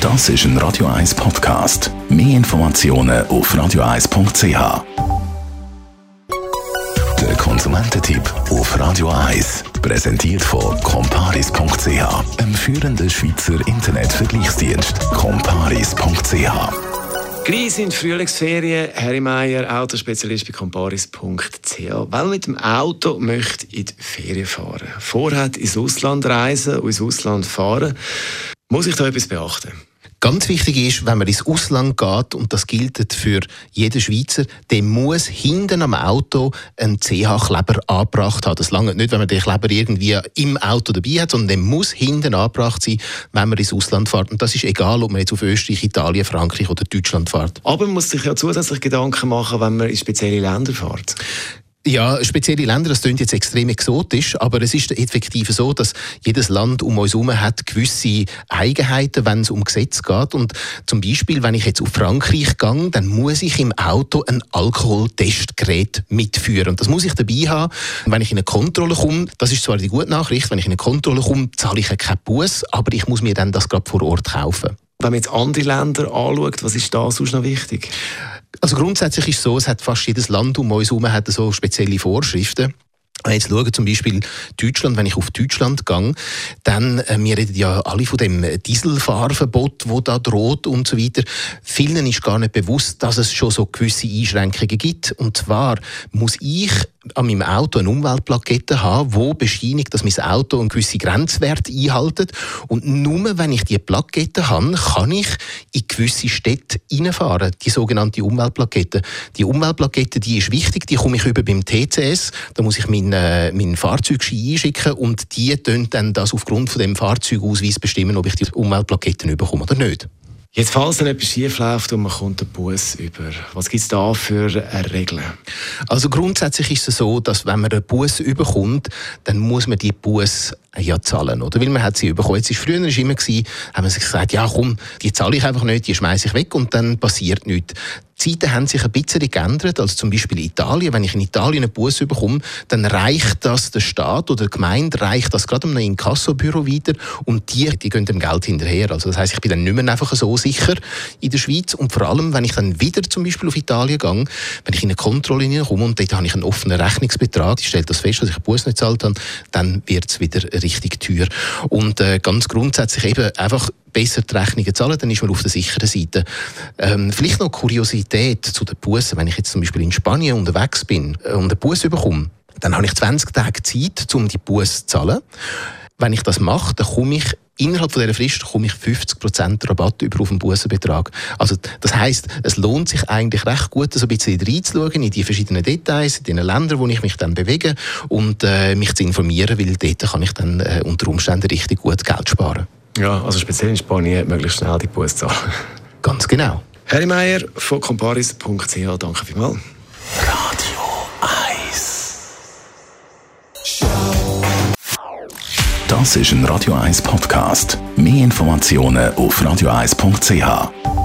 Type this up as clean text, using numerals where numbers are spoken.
Das ist ein Radio 1 Podcast. Mehr Informationen auf radio1.ch. Der Konsumententipp auf Radio 1. Präsentiert von comparis.ch, einem führenden Schweizer Internetvergleichsdienst. comparis.ch. Gleich sind Frühlingsferien. Harry Meyer, Autospezialist bei comparis.ch. Weil mit dem Auto möchte in die Ferien fahren. Vorhat ins Ausland reisen und ins Ausland fahren. Muss ich da etwas beachten? Ganz wichtig ist, wenn man ins Ausland geht, und das gilt für jeden Schweizer, der muss hinten am Auto einen CH-Kleber angebracht haben. Das langt nicht, wenn man den Kleber irgendwie im Auto dabei hat, sondern der muss hinten angebracht sein, wenn man ins Ausland fährt. Und das ist egal, ob man jetzt auf Österreich, Italien, Frankreich oder Deutschland fährt. Aber man muss sich ja zusätzlich Gedanken machen, wenn man in spezielle Länder fährt. Ja, spezielle Länder, das klingt jetzt extrem exotisch, aber es ist effektiv so, dass jedes Land um uns herum hat gewisse Eigenheiten, wenn es um Gesetze geht. Und zum Beispiel, wenn ich jetzt auf Frankreich gehe, dann muss ich im Auto ein Alkoholtestgerät mitführen. Und das muss ich dabei haben. Wenn ich in eine Kontrolle komme, das ist zwar die gute Nachricht, wenn ich in eine Kontrolle komme, zahle ich keine Busse, aber ich muss mir dann das gerade vor Ort kaufen. Wenn man jetzt andere Länder anschaut, was ist da sonst noch wichtig? Also grundsätzlich ist es so, es hat fast jedes Land um uns herum hat so spezielle Vorschriften. Wenn ich jetzt schaue, zum Beispiel Deutschland, wenn ich auf Deutschland gehe, dann, wir reden ja alle von dem Dieselfahrverbot, das da droht und so weiter. Vielen ist gar nicht bewusst, dass es schon so gewisse Einschränkungen gibt. Und zwar muss ich an meinem Auto eine Umweltplakette haben, die bescheinigt, dass mein Auto einen gewissen Grenzwert einhält. Und nur wenn ich diese Plakette habe, kann ich in gewisse Städte reinfahren. Die sogenannte Umweltplakette. Die Umweltplakette, die ist wichtig, die komme ich über beim TCS. Da muss ich meinen Fahrzeugschein einschicken und die tun dann das aufgrund von dem Fahrzeugausweis bestimmen, ob ich die Umweltplaketten bekomme oder nicht. Jetzt, falls dann etwas schief läuft und man kommt den Bus über, was gibt es da für Regeln? Also grundsätzlich ist es so, dass wenn man einen Bus überkommt, dann muss man die Bus ja zahlen, oder? Weil man hat sie bekommen. Jetzt früher war es immer, haben wir sich gesagt, ja komm, die zahle ich einfach nicht, die schmeiße ich weg und dann passiert nichts. Die Zeiten haben sich ein bisschen geändert, also zum Beispiel in Italien. Wenn ich in Italien einen Bus bekomme, dann reicht das der Staat oder die Gemeinde, reicht das gerade einem Inkassobüro weiter und die gehen dem Geld hinterher. Also das heisst, ich bin dann nicht mehr einfach so sicher in der Schweiz und vor allem, wenn ich dann wieder zum Beispiel auf Italien gehe, wenn ich in eine Kontrolle hineinkomme und dort habe ich einen offenen Rechnungsbetrag, ich stelle das fest, dass ich einen Bus nicht gezahlt habe, dann wird es wieder richtig teuer. Und ganz grundsätzlich eben einfach besser die Rechnungen zahlen, dann ist man auf der sicheren Seite. Vielleicht noch Kuriosität zu den Bussen. Wenn ich jetzt zum Beispiel in Spanien unterwegs bin und einen Bus bekomme, dann habe ich 20 Tage Zeit, um die Busse zu zahlen. Wenn ich das mache, dann komme ich innerhalb von dieser Frist 50% Rabatt über auf den Bussenbetrag. Also das heisst, es lohnt sich eigentlich recht gut, so ein bisschen reinzuschauen in die verschiedenen Details, in den Ländern, wo ich mich dann bewege und mich zu informieren, weil dort kann ich dann unter Umständen richtig gut Geld sparen. Ja, also speziell in Spanien möglichst schnell die Busse zahlen. Ganz genau. Harry Meyer von comparis.ch, danke vielmals. Radio 1. Das ist ein Radio 1 Podcast. Mehr Informationen auf radio1.ch.